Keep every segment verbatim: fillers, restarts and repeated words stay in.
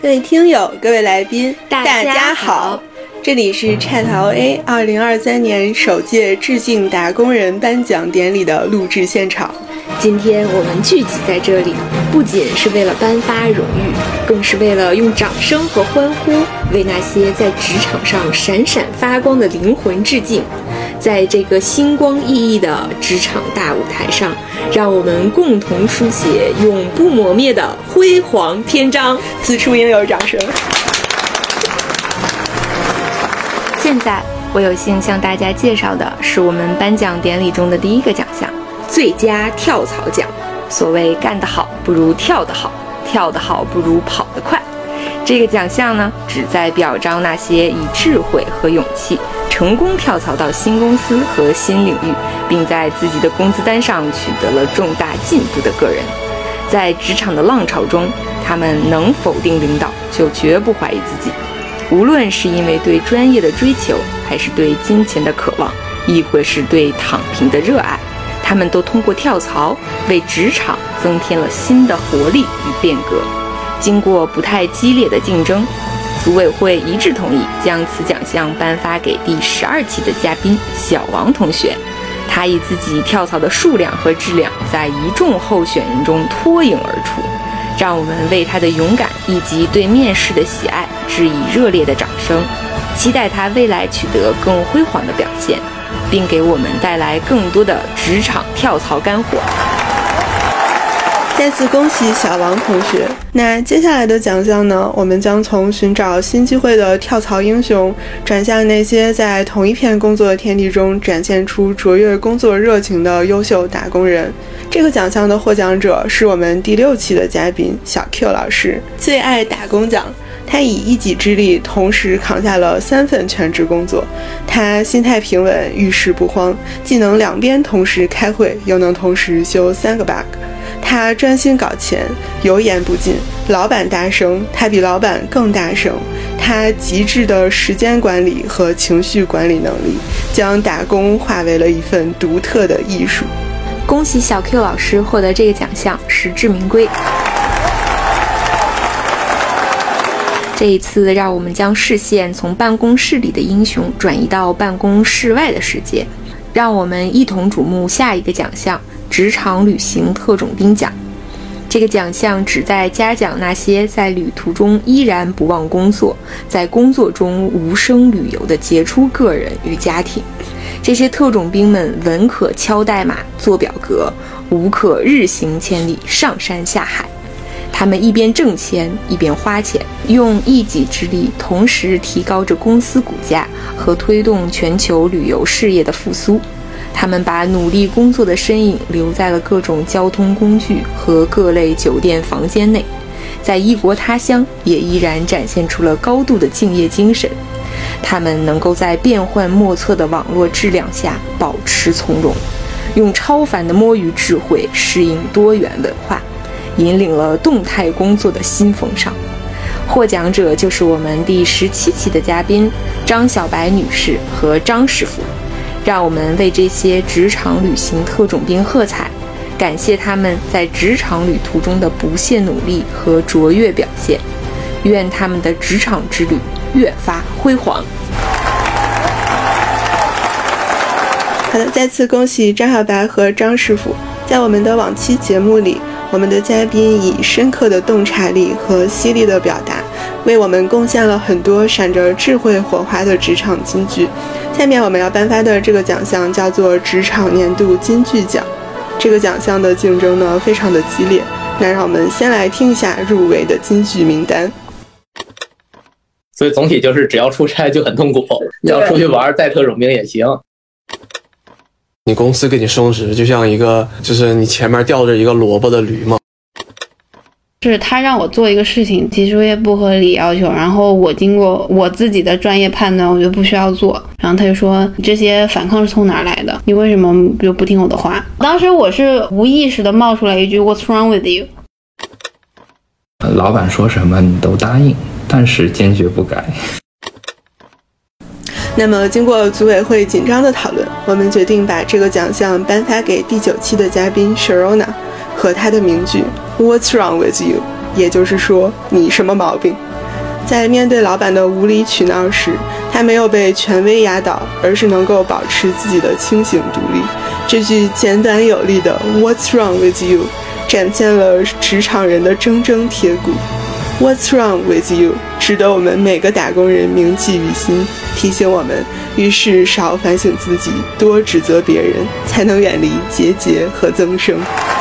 各位听友，各位来宾， 大家好， 这里是菜桃 A 二零二三年首届致敬打工人颁奖典礼的录制现场。 今天我们聚集在这里，不仅是为了颁发荣誉，更是为了用掌声和欢呼为那些在职场上闪闪发光的灵魂致敬。在这个星光熠熠的职场大舞台上，让我们共同书写永不磨灭的辉煌篇章。 此处应有掌声。 现在我有幸向大家介绍的是我们颁奖典礼中的第一个奖项，最佳跳槽奖。所谓干得好不如跳得好，跳得好不如跑得快。这个奖项呢，旨在表彰那些以智慧和勇气成功跳槽到新公司和新领域，并在自己的工资单上取得了重大进步的个人。在职场的浪潮中，他们能否定领导，就绝不怀疑自己。无论是因为对专业的追求，还是对金钱的渴望，亦或是对躺平的热爱，他们都通过跳槽为职场增添了新的活力与变革。经过不太激烈的竞争，组委会一致同意将此奖项颁发给第十二期的嘉宾小王同学。他以自己跳槽的数量和质量在一众候选人中脱颖而出，让我们为他的勇敢以及对面试的喜爱致以热烈的掌声，期待他未来取得更辉煌的表现，并给我们带来更多的职场跳槽干货。 再次恭喜小王同学。那接下来的奖项呢，我们将从寻找新机会的跳槽英雄，转向那些在同一片工作的天地中展现出卓越工作热情的优秀打工人。这个奖项的获奖者是我们第六期的嘉宾小 Q 老师，最爱打工奖。他以一己之力同时扛下了三份全职工作，他心态平稳，遇事不慌，既能两边同时开会，又能同时修三个 bug。他专心搞钱，油盐不进，老板大声，他比老板更大声。他极致的时间管理和情绪管理能力，将打工化为了一份独特的艺术。 恭喜小 Q 老师获得这个奖项，实至名归。这一次，让我们将视线从办公室里的英雄转移到办公室外的世界，让我们一同瞩目下一个奖项——职场旅行特种兵奖。这个奖项旨在嘉奖那些在旅途中依然不忘工作，在工作中无声旅游的杰出个人与家庭。这些特种兵们文可敲代码、做表格，武可日行千里、上山下海。他们一边挣钱一边花钱，用一己之力同时提高着公司股价和推动全球旅游事业的复苏。他们把努力工作的身影留在了各种交通工具和各类酒店房间内，在异国他乡也依然展现出了高度的敬业精神。他们能够在变幻莫测的网络质量下保持从容，用超凡的摸鱼智慧适应多元文化，引领了动态工作的新风尚。获奖者就是我们第十七期的嘉宾张小白女士和张师傅。让我们为这些职场旅行特种兵喝彩，感谢他们在职场旅途中的不懈努力和卓越表现，愿他们的职场之旅越发辉煌。 好的，再次恭喜张小白和张师傅。在我们的往期节目里，我们的嘉宾以深刻的洞察力和犀利的表达，为我们贡献了很多闪着智慧火花的职场金句。下面我们要颁发的这个奖项叫做职场年度金句奖。这个奖项的竞争呢非常的激烈，那让我们先来听一下入围的金句名单。 所以总体就是只要出差就很痛苦，要出去玩带特种兵也行。 你公司给你升职就像一个就是你前面吊着一个萝卜的驴嘛。 是他让我做一个事情提出一些不合理要求，然后我经过我自己的专业判断，我觉得不需要做，然后他就说你这些反抗是从哪儿来的，你为什么就不听我的话。当时我是无意识的冒出来一句 What's wrong with you。 老板说什么你都答应，但是坚决不改。 那么经过组委会紧张的讨论，我们决定把这个奖项颁发给第九期的嘉宾 Sharona 和他的名句 What's wrong with you， 也就是说你什么毛病。 在面对老板的无理取闹时，他没有被权威压倒，而是能够保持自己的清醒独立。这句简短有力的 What's wrong with you 展现了职场人的铮铮铁骨。 What's wrong with you 值得我们每个打工人铭记于心，提醒我们遇事少反省自己，多指责别人，才能远离结节和增生。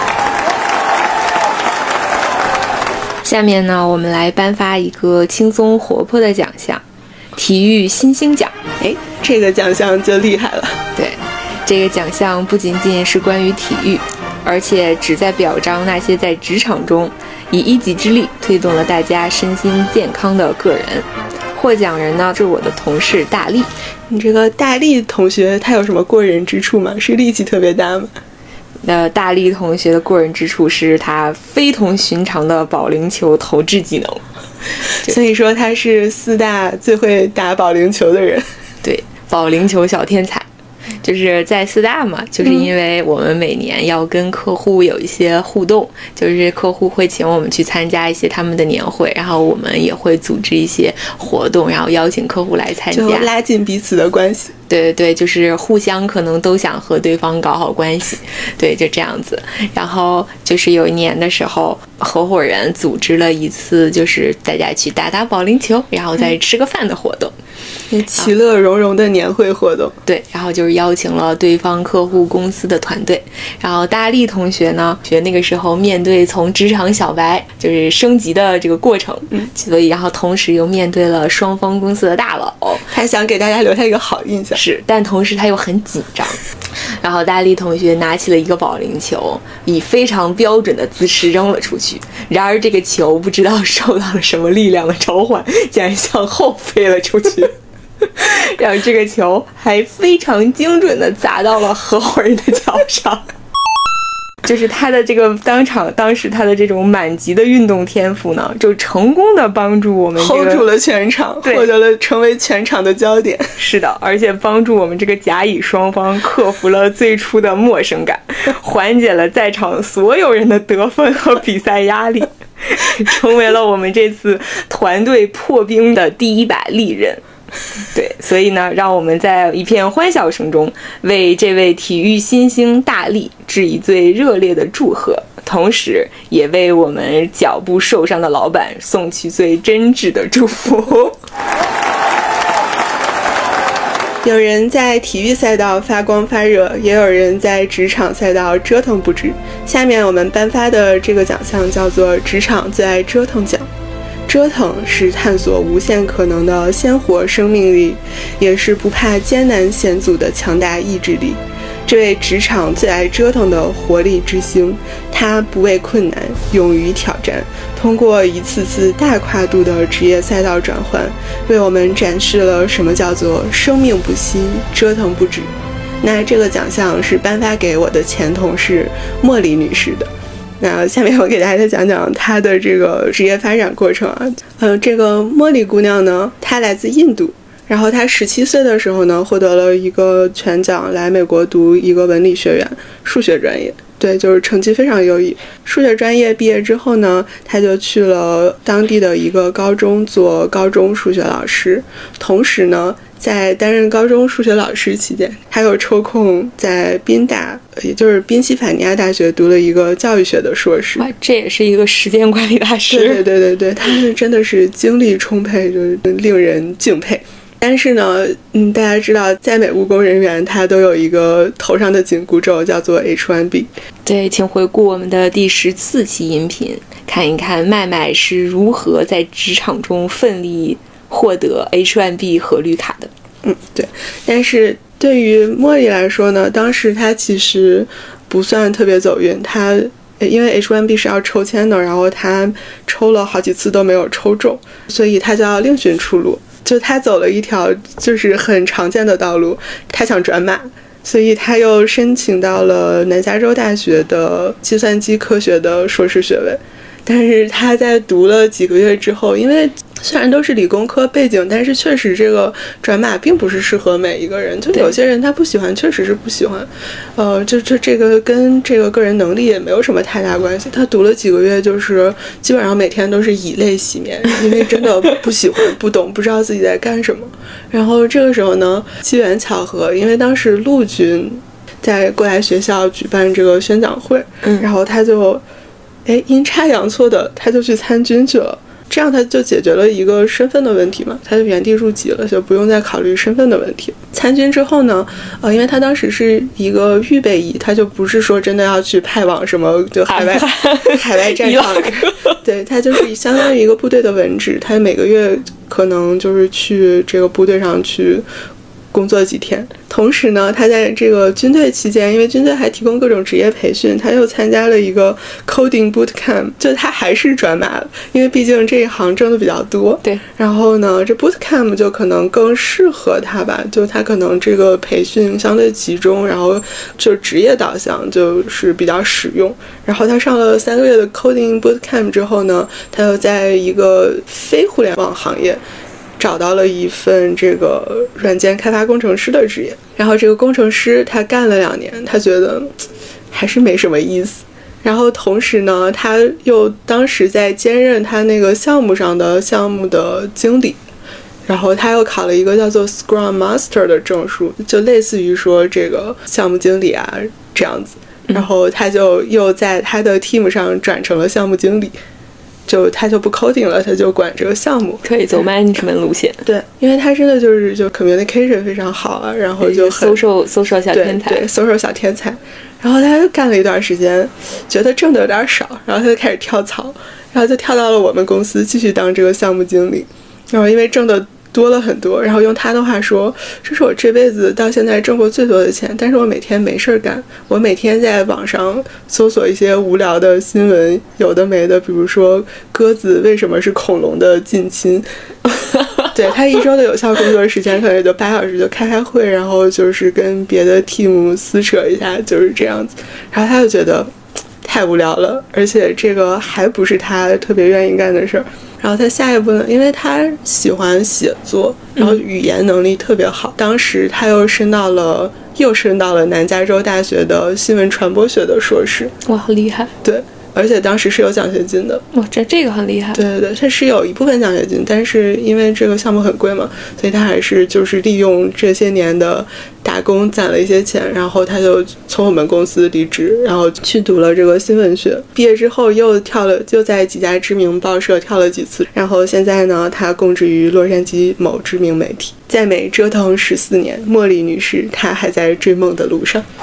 下面呢，我们来颁发一个轻松活泼的奖项——体育新星奖。 哎，这个奖项就厉害了。 对，这个奖项不仅仅是关于体育，而且旨在表彰那些在职场中以一己之力推动了大家身心健康的个人。获奖人呢是我的同事大力。 你这个大力同学他有什么过人之处吗？是力气特别大吗？ 那大力同学的过人之处是他非同寻常的保龄球投掷技能。 所以说他是四大最会打保龄球的人。 对，保龄球小天才。就是在四大嘛，就是因为我们每年要跟客户有一些互动，就是客户会请我们去参加一些他们的年会，然后我们也会组织一些活动，然后邀请客户来参加， 就拉近彼此的关系。 对对对，就是互相可能都想和对方搞好关系，对，就这样子。然后就是有一年的时候，合伙人组织了一次，就是大家去打打保龄球，然后再吃个饭的活动。 嗯，其乐融融的年会活动。 对，然后就是邀请了对方客户公司的团队。然后大力同学呢，学那个时候面对从职场小白就是升级的这个过程，嗯，所以然后同时又面对了双方公司的大佬， 他想给大家留下一个好印象。 是，但同时他又很紧张。然后大力同学拿起了一个保龄球，以非常标准的姿势扔了出去。然而这个球不知道受到了什么力量的召唤，竟然向后飞了出去。然后这个球还非常精准地砸到了合伙人的脚上。就是他的这个当场当时他的这种满级的运动天赋呢，就成功的帮助我们、这个、 hold 住了全场，获得了成为全场的焦点。 是的，而且帮助我们这个甲乙双方克服了最初的陌生感，缓解了在场所有人的得分和比赛压力，成为了我们这次团队破冰的第一把利刃。对，所以呢，让我们在一片欢笑声中为这位体育新星大力致以最热烈的祝贺，同时也为我们脚部受伤的老板送去最真挚的祝福。 有人在体育赛道发光发热，也有人在职场赛道折腾不止。下面我们颁发的这个奖项叫做职场最爱折腾奖。折腾是探索无限可能的鲜活生命力，也是不怕艰难险阻的强大意志力。这位职场最爱折腾的活力之星，他不畏困难，勇于挑战，通过一次次大跨度的职业赛道转换，为我们展示了什么叫做生命不息，折腾不止。那这个奖项是颁发给我的前同事茉莉女士的。那下面我给大家讲讲她的这个职业发展过程啊。呃，这个茉莉姑娘呢，她来自印度，然后她十七岁的时候呢，获得了一个全奖来美国读一个文理学院数学专业。对，就是成绩非常优异。数学专业毕业之后呢，她就去了当地的一个高中做高中数学老师，同时呢，在担任高中数学老师期间，还有抽空在宾大，也就是宾夕法尼亚大学读了一个教育学的硕士。 哇，这也是一个时间管理大师。 对对对对对，他是真的是精力充沛，就是令人敬佩。但是呢，嗯，大家知道，在美务工人员他都有一个头上的紧箍咒，叫做 H 一 B。 对，请回顾我们的第十四期音频，看一看麦麦是如何在职场中奋力获得 H 一 B 和绿卡的。 嗯，对。但是对于茉莉来说呢，当时她其实不算特别走运，她因为 H 一 B 是要抽签的，然后她抽了好几次都没有抽中，所以她就要另寻出路。就她走了一条就是很常见的道路，她想转码，所以她又申请到了南加州大学的计算机科学的硕士学位。但是她在读了几个月之后，因为虽然都是理工科背景，但是确实这个转码并不是适合每一个人，就有些人他不喜欢，确实是不喜欢，呃，就就这个跟这个个人能力也没有什么太大关系。他读了几个月，就是基本上每天都是以泪洗面，因为真的不喜欢、不懂、不知道自己在干什么。然后这个时候呢，机缘巧合，因为当时陆军在过来学校举办这个宣讲会， 嗯， 然后他就，哎，阴差阳错的他就去参军去了。这样他就解决了一个身份的问题嘛，他就原地入籍了，就不用再考虑身份的问题。参军之后呢，呃，因为他当时是一个预备役，他就不是说真的要去派往什么就海外海外战场，对，他就是相当于一个部队的文职，他每个月可能就是去这个部队上去工作几天。同时呢，他在这个军队期间，因为军队还提供各种职业培训，他又参加了一个 coding bootcamp， 就他还是转码了，因为毕竟这一行挣的比较多。 对。 然后呢，这 bootcamp 就可能更适合他吧，就他可能这个培训相对集中，然后就职业导向就是比较实用。然后他上了三个月的 coding bootcamp 之后呢，他又在一个非互联网行业找到了一份这个软件开发工程师的职业，然后这个工程师他干了两年，他觉得还是没什么意思。然后同时呢，他又当时在兼任他那个项目上的项目的经理，然后他又考了一个叫做 Scrum Master 的证书，就类似于说这个项目经理啊这样子。然后他就又在他的 team 上转成了项目经理。就他就不 coding 了，他就管这个项目， 可以走 management 路线。 对，因为他真的就是就 communication 非常好啊，然后就很 social social 小天才， 对对 social 小天才。然后他就干了一段时间，觉得挣的有点少，然后他就开始跳槽，然后就跳到了我们公司继续当这个项目经理。然后因为挣的多了很多，然后用他的话说，这是我这辈子到现在挣过最多的钱，但是我每天没事干，我每天在网上搜索一些无聊的新闻，有的没的，比如说鸽子为什么是恐龙的近亲。对，他一周的有效工作时间可能也就八小时，就开开会，然后就是跟别的 team 撕扯一下，就是这样子。然后他就觉得太无聊了，而且这个还不是他特别愿意干的事儿。然后他下一步呢，因为他喜欢写作，然后语言能力特别好，当时他又升到了又升到了南加州大学的新闻传播学的硕士。 哇，好厉害！ 对，而且当时是有奖学金的。 哇，这这个很厉害。 对对对，它是有一部分奖学金，但是因为这个项目很贵嘛，所以他还是就是利用这些年的打工攒了一些钱，然后他就从我们公司离职，然后去读了这个新闻学。毕业之后又跳了，就在几家知名报社跳了几次，然后现在呢，他供职于洛杉矶某知名媒体，在美折腾十四年。茉莉女士，她还在追梦的路上。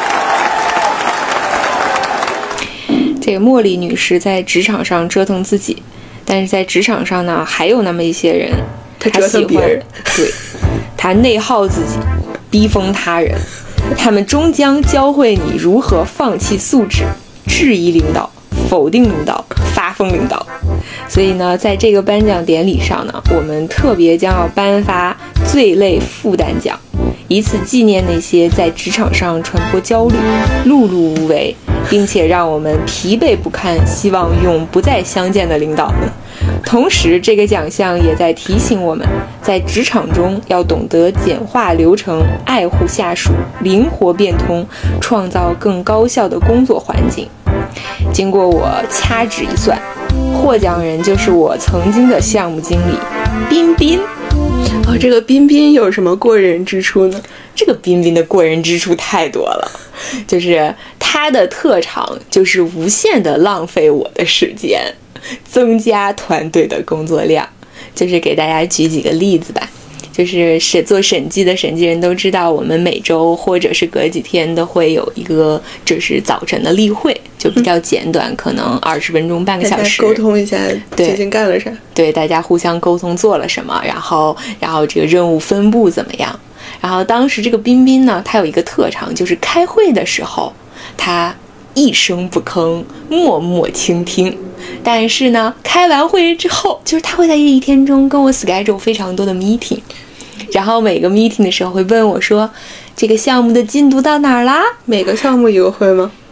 这个茉莉女士在职场上折腾自己，但是在职场上呢，还有那么一些人， 她折腾别人， 对，她内耗自己，逼疯他人，他们终将教会你如何放弃素质，质疑领导，否定领导，发疯领导。所以呢，在这个颁奖典礼上呢，我们特别将要颁发最类负担奖，以此纪念那些在职场上传播焦虑、碌碌无为，并且让我们疲惫不堪，希望永不再相见的领导们。同时，这个奖项也在提醒我们，在职场中要懂得简化流程，爱护下属，灵活变通，创造更高效的工作环境。经过我掐指一算，获奖人就是我曾经的项目经理彬彬。 哦，这个彬彬有什么过人之处呢？ 这个彬彬的过人之处太多了，就是他的特长就是无限的浪费我的时间，增加团队的工作量。就是给大家举几个例子吧，就是写做审计的审计人都知道，我们每周或者是隔几天都会有一个就是早晨的例会，就比较简短，嗯、可能二十分钟半个小时， 沟通一下最近干了啥， 对，大家互相沟通做了什么，然后然后这个任务分布怎么样。然后当时这个彬彬呢，他有一个特长，就是开会的时候他一声不吭，默默倾听。但是呢，开完会之后，就是他会在一天中跟我 schedule 非常多的 meeting， 然后每个 meeting 的时候会问我说，这个项目的进度到哪儿啦？ 每个项目一个会吗？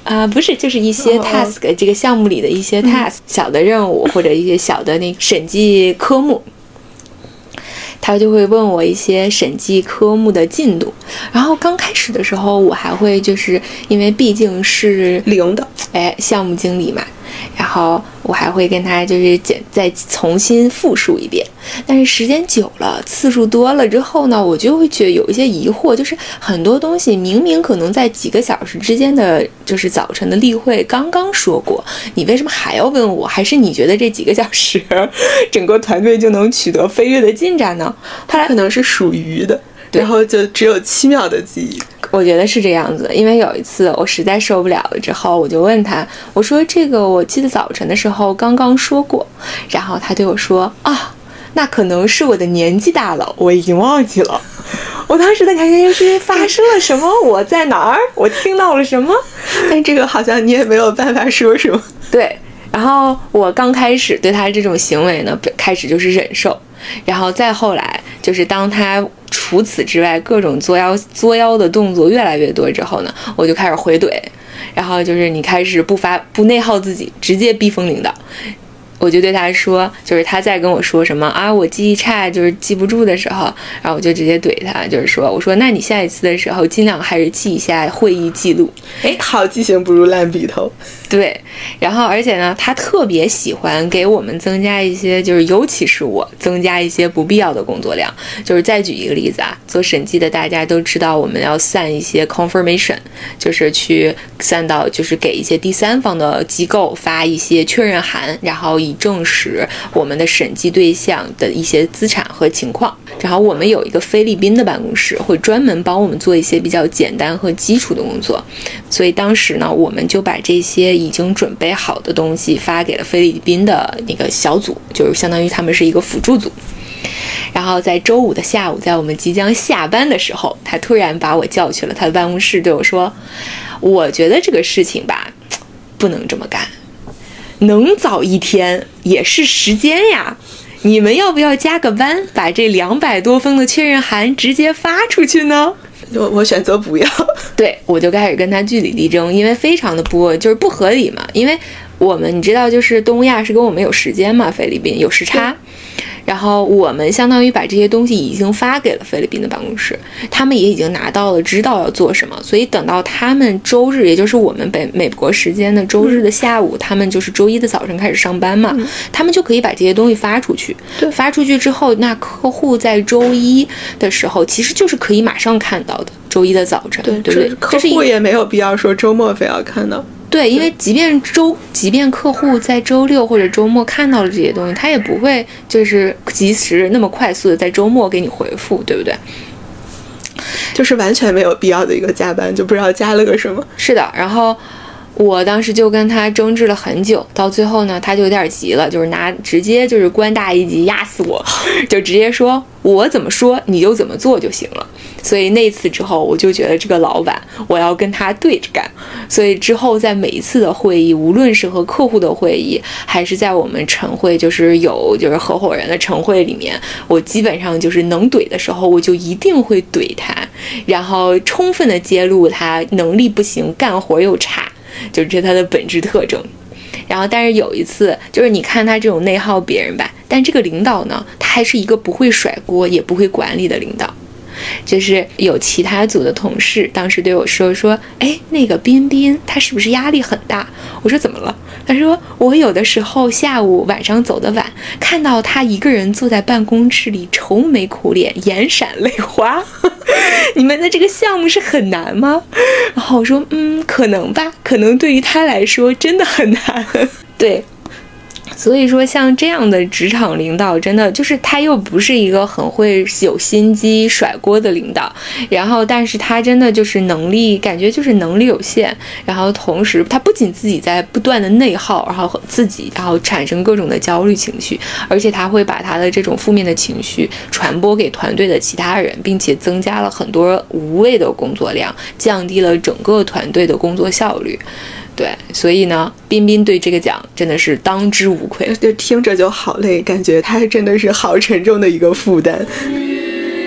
啊、呃，不是，就是一些 task，、哦、这个项目里的一些 task，、嗯、小的任务或者一些小的那审计科目。他就会问我一些审计科目的进度，然后刚开始的时候我还会就是因为毕竟是零的， 哎，项目经理嘛，然后我还会跟他就是简再重新复述一遍。但是时间久了，次数多了之后呢，我就会觉得有一些疑惑，就是很多东西明明可能在几个小时之间的就是早晨的例会刚刚说过，你为什么还要问我？还是你觉得这几个小时整个团队就能取得飞跃的进展呢？ 它可能是属于的，然后就只有七秒的记忆。 我觉得是这样子，因为有一次我实在受不了了之后，我就问他，我说这个我记得早晨的时候刚刚说过，然后他对我说啊，那可能是我的年纪大了，我已经忘记了。我当时的感觉就是发生了什么，我在哪儿，我听到了什么， 但这个好像你也没有办法说什么。 对，然后我刚开始对他这种行为呢，开始就是忍受，然后再后来就是当他除此之外各种作妖作妖的动作越来越多之后呢，我就开始回怼，然后就是你开始不发不内耗自己，直接逼疯领导。我就对他说，就是他在跟我说什么啊，我记忆差，就是记不住的时候，然后我就直接怼他，就是说，我说那你下一次的时候尽量还是记一下会议记录。 哎，好记性不如烂笔头。 对，然后而且呢，他特别喜欢给我们增加一些，就是尤其是我增加一些不必要的工作量。就是再举一个例子啊，做审计的大家都知道，我们要散一些 confirmation， 就是去散到就是给一些第三方的机构发一些确认函，然后以证实我们的审计对象的一些资产和情况。然后我们有一个菲律宾的办公室，会专门帮我们做一些比较简单和基础的工作。所以当时呢，我们就把这些已经准备好的东西发给了菲律宾的那个小组，就是相当于他们是一个辅助组。然后在周五的下午，在我们即将下班的时候，他突然把我叫去了他的办公室，对我说，我觉得这个事情吧，不能这么干，能早一天也是时间呀，你们要不要加个班，把这两百多封的确认函直接发出去呢？ 我我选择不要。 对，我就开始跟他据理力争，因为非常的不就是不合理嘛，因为我们你知道，就是东亚是跟我们有时间嘛，菲律宾有时差。然后我们相当于把这些东西已经发给了菲律宾的办公室，他们也已经拿到了，知道要做什么，所以等到他们周日，也就是我们北美国时间的周日的下午，嗯、他们就是周一的早晨开始上班嘛，嗯、他们就可以把这些东西发出去。对，发出去之后，那客户在周一的时候其实就是可以马上看到的，周一的早晨，对对不对？ 客户也没有必要说周末非要看到。 对，因为即便周，即便客户在周六或者周末看到了这些东西，他也不会就是及时那么快速的在周末给你回复，对不对？ 就是完全没有必要的一个加班，就不知道加了个什么。 是的，然后我当时就跟他争执了很久，到最后呢，他就有点急了，就是拿直接就是官大一级压死我，就直接说我怎么说你就怎么做就行了。所以那次之后，我就觉得这个老板我要跟他对着干。所以之后在每一次的会议，无论是和客户的会议，还是在我们晨会，就是有就是合伙人的晨会里面，我基本上就是能怼的时候，我就一定会怼他，然后充分的揭露他能力不行，干活又差，就是这是他的本质特征。然后但是有一次，就是你看他这种内耗别人吧，但这个领导呢，他还是一个不会甩锅也不会管理的领导。就是有其他组的同事当时对我说说，哎，那个彬彬他是不是压力很大？我说怎么了？他说我有的时候下午晚上走的晚，看到他一个人坐在办公室里愁眉苦脸，眼闪泪花。你们的这个项目是很难吗？然后我说嗯，可能吧，可能对于他来说真的很难。对，所以说像这样的职场领导，真的就是他又不是一个很会有心机甩锅的领导，然后但是他真的就是能力感觉就是能力有限，然后同时他不仅自己在不断的内耗，然后自己然后产生各种的焦虑情绪，而且他会把他的这种负面的情绪传播给团队的其他人，并且增加了很多无谓的工作量，降低了整个团队的工作效率。对，所以呢，彬彬对这个奖真的是当之无愧。 就听着就好累，感觉他真的是好沉重的一个负担。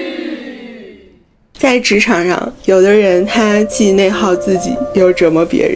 在职场上，有的人他既内耗自己，又折磨别人，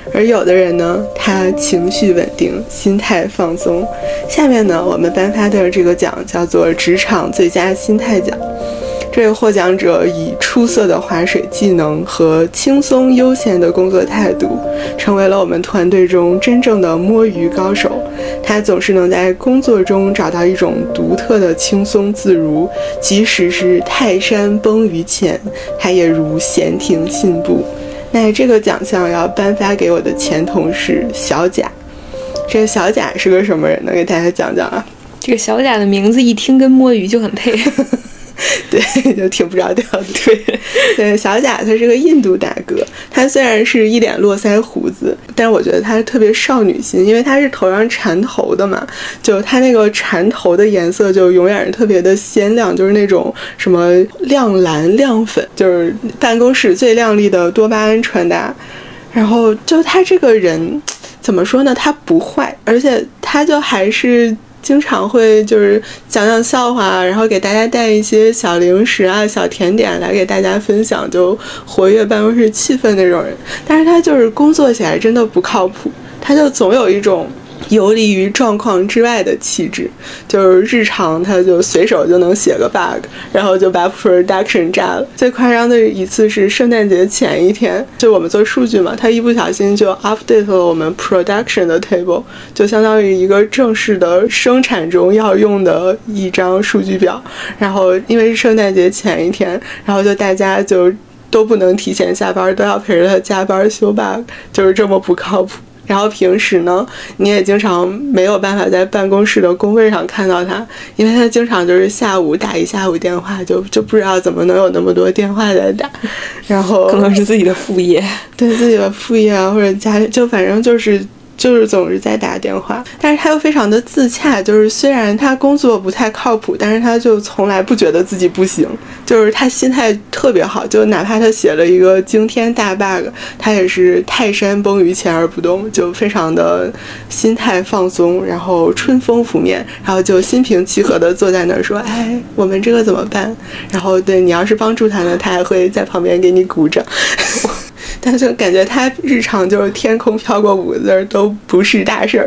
而有的人呢，他情绪稳定，心态放松。下面呢，我们颁发的这个奖叫做职场最佳心态奖。这位获奖者以出色的划水技能和轻松悠闲的工作态度，成为了我们团队中真正的摸鱼高手。他总是能在工作中找到一种独特的轻松自如，即使是泰山崩于前，他也如闲庭信步。那这个奖项要颁发给我的前同事小贾。这个小贾是个什么人呢？给大家讲讲啊。 这个小贾的名字一听跟摸鱼就很配。 对，就挺不着调的。对，对，小贾他是个印度大哥，他虽然是一脸络腮胡子，但是我觉得他特别少女心，因为他是头上缠头的嘛，就他那个缠头的颜色就永远是特别的鲜亮，就是那种什么亮蓝、亮粉，就是办公室最亮丽的多巴胺穿搭。然后就他这个人怎么说呢？他不坏，而且他就还是经常会就是讲讲笑话，然后给大家带一些小零食啊、小甜点来给大家分享，就活跃办公室气氛那种人。但是他就是工作起来真的不靠谱，他就总有一种游离于状况之外的气质，就是日常他就随手就能写个 bug， 然后就把 production 炸了。最夸张的一次是圣诞节前一天，就我们做数据嘛，他一不小心就 update 了我们 production 的 table， 就相当于一个正式的生产中要用的一张数据表。然后因为是圣诞节前一天，然后就大家就都不能提前下班，都要陪着他加班修 bug， 就是这么不靠谱。然后平时呢，你也经常没有办法在办公室的工位上看到他，因为他经常就是下午打一下午电话，就就不知道怎么能有那么多电话在打，然后可能是自己的副业， 对自己的副业啊，或者家里就反正就是就是总是在打电话。但是他又非常的自洽，就是虽然他工作不太靠谱，但是他就从来不觉得自己不行，就是他心态特别好，就哪怕他写了一个惊天大 bug， 他也是泰山崩于前而不动，就非常的心态放松，然后春风拂面，然后就心平气和的坐在那儿说，哎，我们这个怎么办？然后对你要是帮助他呢，他还会在旁边给你鼓掌。但是感觉他日常就是天空飘过五个字都不是大事儿。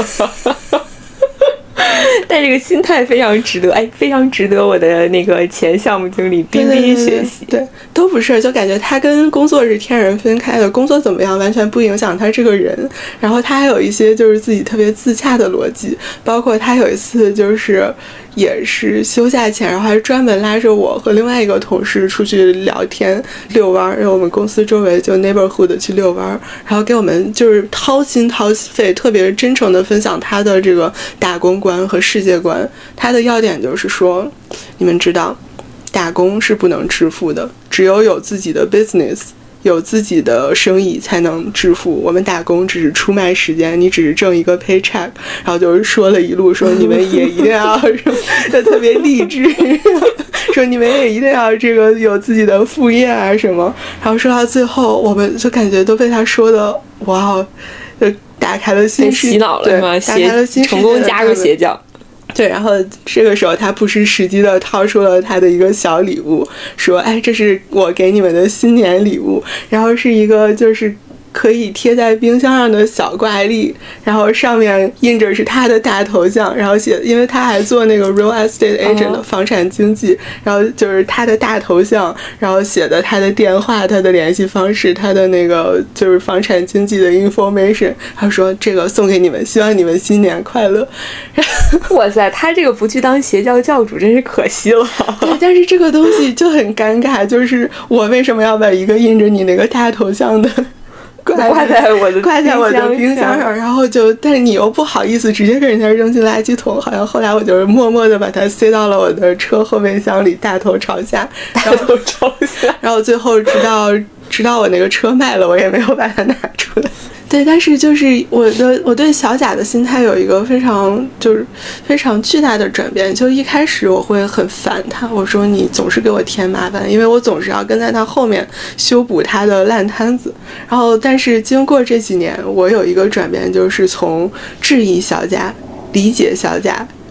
但这个心态非常值得，哎，非常值得我的那个前项目经理彬彬学习。 对， 对， 对， 对，都不是，就感觉他跟工作是天人分开的，工作怎么样完全不影响他这个人。然后他还有一些就是自己特别自洽的逻辑，包括他有一次就是也是休假前，然后还专门拉着我和另外一个同事出去聊天遛弯，然后我们公司周围就 neighborhood 去遛弯，然后给我们就是掏心掏肺特别真诚的分享他的这个打工观和世界观。他的要点就是说，你们知道打工是不能致富的，只有有自己的 business，有自己的生意才能致富，我们打工只是出卖时间，你只是挣一个 paycheck。 然后就是说了一路说你们也一定要就特别励志，说你们也一定要这个有自己的副业啊什么。然后说到最后我们就感觉都被他说的哇，就打开了新世界， 洗脑了是吗？ 打开了新世界， 成功加入邪教。 对，然后这个时候他不失时机的掏出了他的一个小礼物，说，哎，这是我给你们的新年礼物，然后是一个就是可以贴在冰箱上的小挂历，然后上面印着是他的大头像，然后写，因为他还做那个 real estate agent 的房产经纪，然后就是他的大头像，然后写的他的电话、他的联系方式、他的那个就是房产经纪的 information， 他说这个送给你们，希望你们新年快乐。 哇塞，他这个不去当邪教教主真是可惜了。 对，但是这个东西就很尴尬，就是我为什么要把一个印着你那个大头像的挂在我的挂在我的冰箱上，然后就，但是你又不好意思直接给人家扔进垃圾桶，好像后来我就是默默的把它塞到了我的车后备箱里，大头朝下， 大头朝下， 然后最后直到直到我那个车卖了，我也没有把它拿出来。对，但是就是我的我对小贾的心态有一个非常就是非常巨大的转变。就一开始我会很烦他，我说你总是给我添麻烦，因为我总是要跟在他后面修补他的烂摊子。然后但是经过这几年，我有一个转变，就是从质疑小贾、理解小贾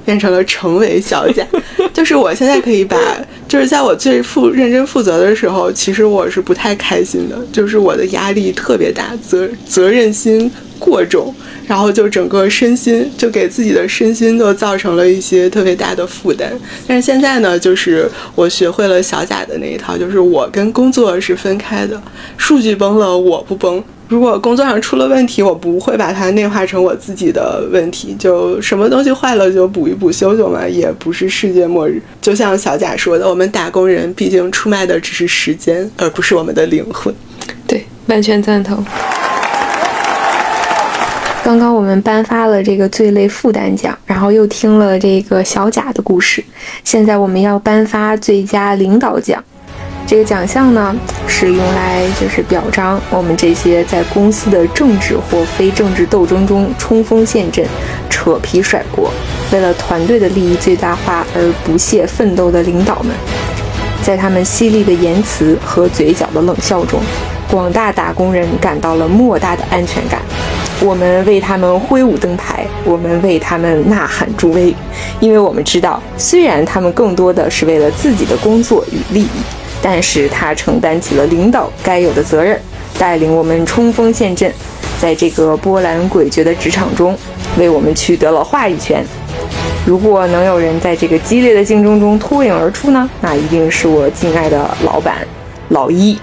变成了成为小贾。就是我现在可以把，就是在我最负认真负责的时候，其实我是不太开心的，就是我的压力特别大，责责任心过重，然后就整个身心就给自己的身心都造成了一些特别大的负担。但是现在呢，就是我学会了小贾的那一套，就是我跟工作是分开的，数据崩了我不崩，如果工作上出了问题，我不会把它内化成我自己的问题，就什么东西坏了就补一补修修嘛，也不是世界末日。就像小贾说的，我们打工人毕竟出卖的只是时间，而不是我们的灵魂。 对，完全赞同。刚刚我们颁发了这个最类负担奖，然后又听了这个小贾的故事，现在我们要颁发最佳领导奖。这个奖项呢，是用来就是表彰我们这些在公司的政治或非政治斗争中冲锋陷阵、扯皮甩锅，为了团队的利益最大化而不懈奋斗的领导们。在他们犀利的言辞和嘴角的冷笑中，广大打工人感到了莫大的安全感。我们为他们挥舞灯牌，我们为他们呐喊助威，因为我们知道，虽然他们更多的是为了自己的工作与利益，但是他承担起了领导该有的责任，带领我们冲锋陷阵，在这个波澜诡谲的职场中，为我们取得了话语权。如果能有人在这个激烈的竞争中脱颖而出呢，那一定是我敬爱的老板老一。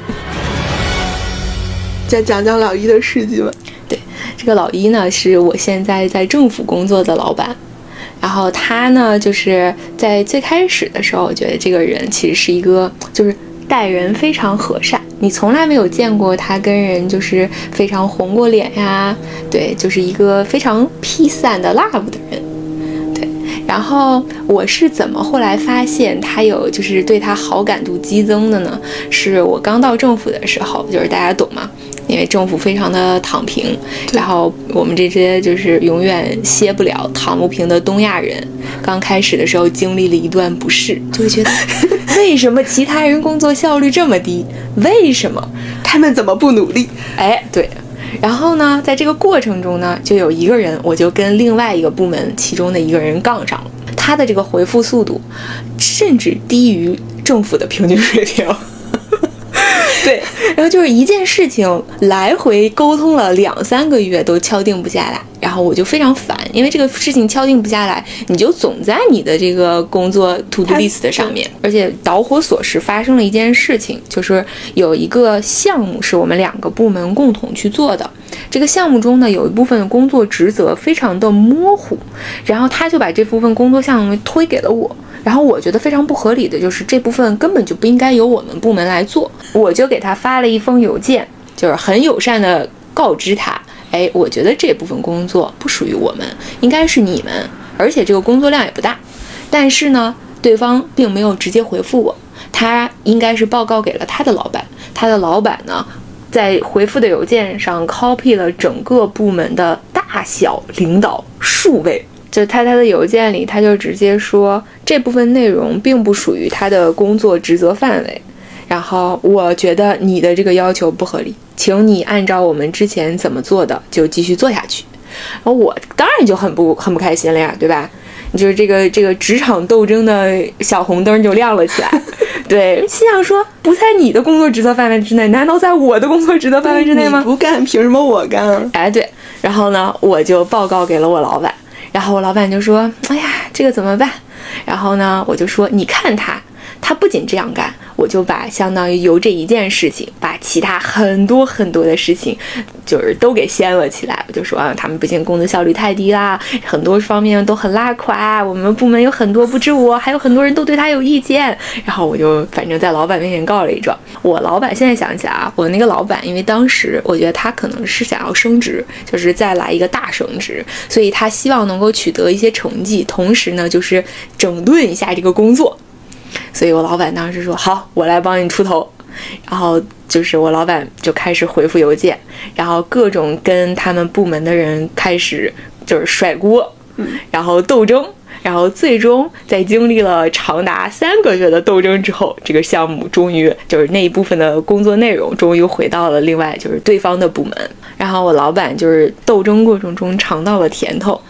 再讲讲老一的事迹吧。 对，这个老一呢，是我现在在政府工作的老板。然后他呢，就是在最开始的时候，我觉得这个人其实是一个，就是待人非常和善，你从来没有见过他跟人就是非常红过脸呀，对，就是一个非常 peace and love 的人。对，然后我是怎么后来发现他有就是对他好感度激增的呢？是我刚到政府的时候，就是大家懂吗？因为政府非常的躺平，然后我们这些就是永远歇不了、躺不平的东亚人，刚开始的时候经历了一段不适，就会觉得为什么其他人工作效率这么低？为什么他们怎么不努力？ 哎，对。然后呢，在这个过程中呢，就有一个人，我就跟另外一个部门其中的一个人杠上了，他的这个回复速度甚至低于政府的平均水平。对，然后就是一件事情来回沟通了两三个月都敲定不下来，然后我就非常烦，因为这个事情敲定不下来，你就总在你的这个工作 to do list 上面，而且导火索是发生了一件事情，就是有一个项目是我们两个部门共同去做的，这个项目中呢有一部分工作职责非常的模糊，然后他就把这部分工作项目推给了我。然后我觉得非常不合理的就是这部分根本就不应该由我们部门来做，我就给他发了一封邮件，就是很友善的告知他，哎，我觉得这部分工作不属于我们，应该是你们，而且这个工作量也不大。但是呢，对方并没有直接回复我，他应该是报告给了他的老板，他的老板呢在回复的邮件上 copy 了整个部门的大小领导数位。就他他的邮件里，他就直接说这部分内容并不属于他的工作职责范围，然后我觉得你的这个要求不合理，请你按照我们之前怎么做的就继续做下去。然后我当然就很不很不开心了呀，对吧？就是这个这个职场斗争的小红灯就亮了起来。对，心想说不在你的工作职责范围之内，难道在我的工作职责范围之内吗？ 你不干凭什么我干？ 哎，对。然后呢，我就报告给了我老板。然后我老板就说，哎呀，这个怎么办？然后呢，我就说，你看他，他不仅这样干，我就把相当于由这一件事情，把其他很多很多的事情，就是都给掀了起来。我就说啊，他们不仅工作效率太低啦，很多方面都很拉垮，我们部门有很多不止我，还有很多人都对他有意见。然后我就反正在老板面前告了一状。我老板现在想起来啊，我那个老板，因为当时我觉得他可能是想要升职，就是再来一个大升职，所以他希望能够取得一些成绩，同时呢，就是整顿一下这个工作。所以我老板当时说好，我来帮你出头。然后就是我老板就开始回复邮件，然后各种跟他们部门的人开始就是甩锅，然后斗争，然后最终在经历了长达三个月的斗争之后，这个项目终于就是那一部分的工作内容终于回到了另外就是对方的部门。然后我老板就是斗争过程中尝到了甜头，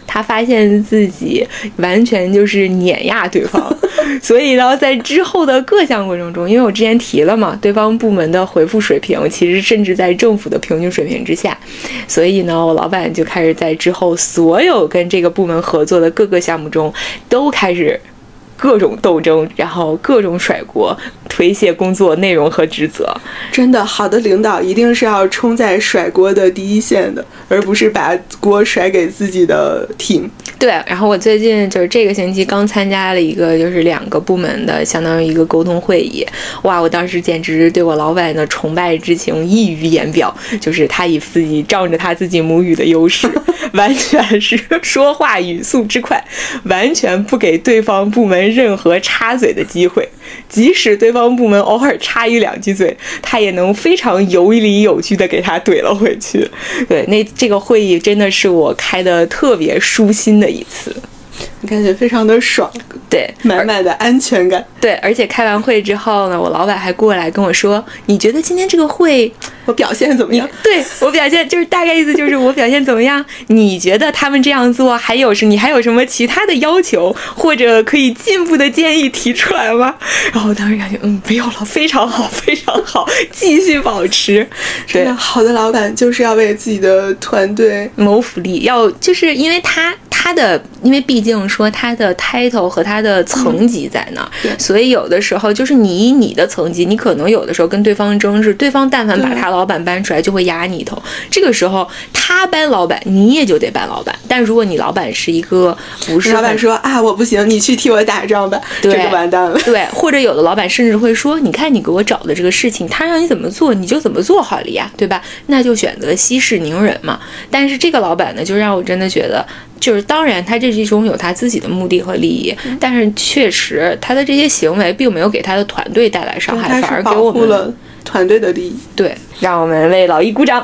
他发现自己完全就是碾压对方，所以呢，在之后的各项过程中，因为我之前提了嘛，对方部门的回复水平其实甚至在政府的平均水平之下，所以呢，我老板就开始在之后所有跟这个部门合作的各个项目中都开始各种斗争，然后各种甩锅，推卸工作内容和职责。 真的，好的领导一定是要冲在甩锅的第一线的，而不是把锅甩给自己的 team。 对，然后我最近就是这个星期刚参加了一个就是两个部门的相当于一个沟通会议，哇，我当时简直对我老板的崇拜之情溢于言表，就是他以自己仗着他自己母语的优势，完全是说话语速之快，完全不给对方部门任何插嘴的机会，即使对方部门偶尔插一两句嘴，他也能非常有理有据的给他怼了回去。对，那这个会议真的是我开的特别舒心的一次， 感觉非常的爽， 对， 满满的安全感。 对，而且开完会之后呢，我老板还过来跟我说，你觉得今天这个会我表现怎么样？ 对，我表现就是大概意思就是我表现怎么样？你觉得他们这样做还有是你还有什么其他的要求或者可以进步的建议提出来吗？然后我当时感觉嗯不用了，非常好非常好，继续保持。对， 好的老板就是要为自己的团队谋福利，要就是因为他他的因为毕竟说他的 title 和他的层级在那儿、嗯、所以有的时候就是你以你的层级，你可能有的时候跟对方争执，对方但凡把他老板搬出来就会压你一头，这个时候他搬老板你也就得搬老板，但如果你老板是一个不是老板说啊我不行，你去替我打仗吧，这个完蛋了。 对，或者有的老板甚至会说，你看你给我找的这个事情他让你怎么做你就怎么做好了呀，对吧？那就选择息事宁人嘛。但是这个老板呢，就让我真的觉得就是当然他这其中有他自己的目的和利益、嗯、但是确实他的这些行为并没有给他的团队带来伤害，反而给我们保护了团队的利益。 对，让我们为老易鼓掌。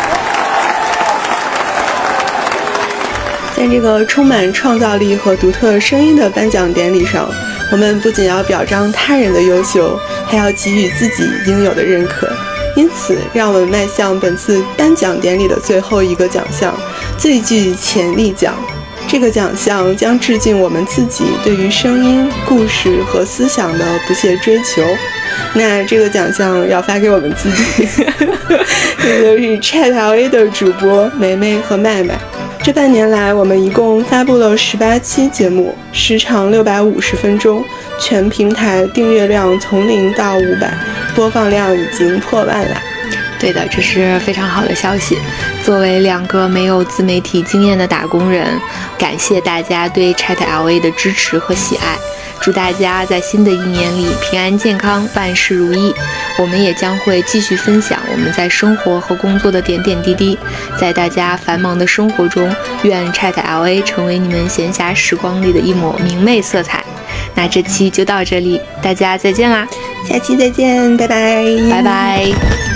在这个充满创造力和独特声音的颁奖典礼上，我们不仅要表彰他人的优秀，还要给予自己应有的认可。因此让我们迈向本次颁奖典礼的最后一个奖项——最具潜力奖。这个奖项将致敬我们自己对于声音、故事和思想的不懈追求。那这个奖项要发给我们自己，也就是 Chat L A 的主播梅梅和麦麦。这半年来，我们一共发布了十八期节目，时长六百五十分钟，全平台订阅量从零到五百，播放量已经破万了。 对的，这是非常好的消息。作为两个没有自媒体经验的打工人，感谢大家对 Chat L A 的支持和喜爱。祝大家在新的一年里平安健康，万事如意。我们也将会继续分享我们在生活和工作的点点滴滴。在大家繁忙的生活中，愿 Chat L A 成为你们闲暇时光里的一抹明媚色彩。那这期就到这里，大家再见啦， 下期再见，拜拜， 拜拜。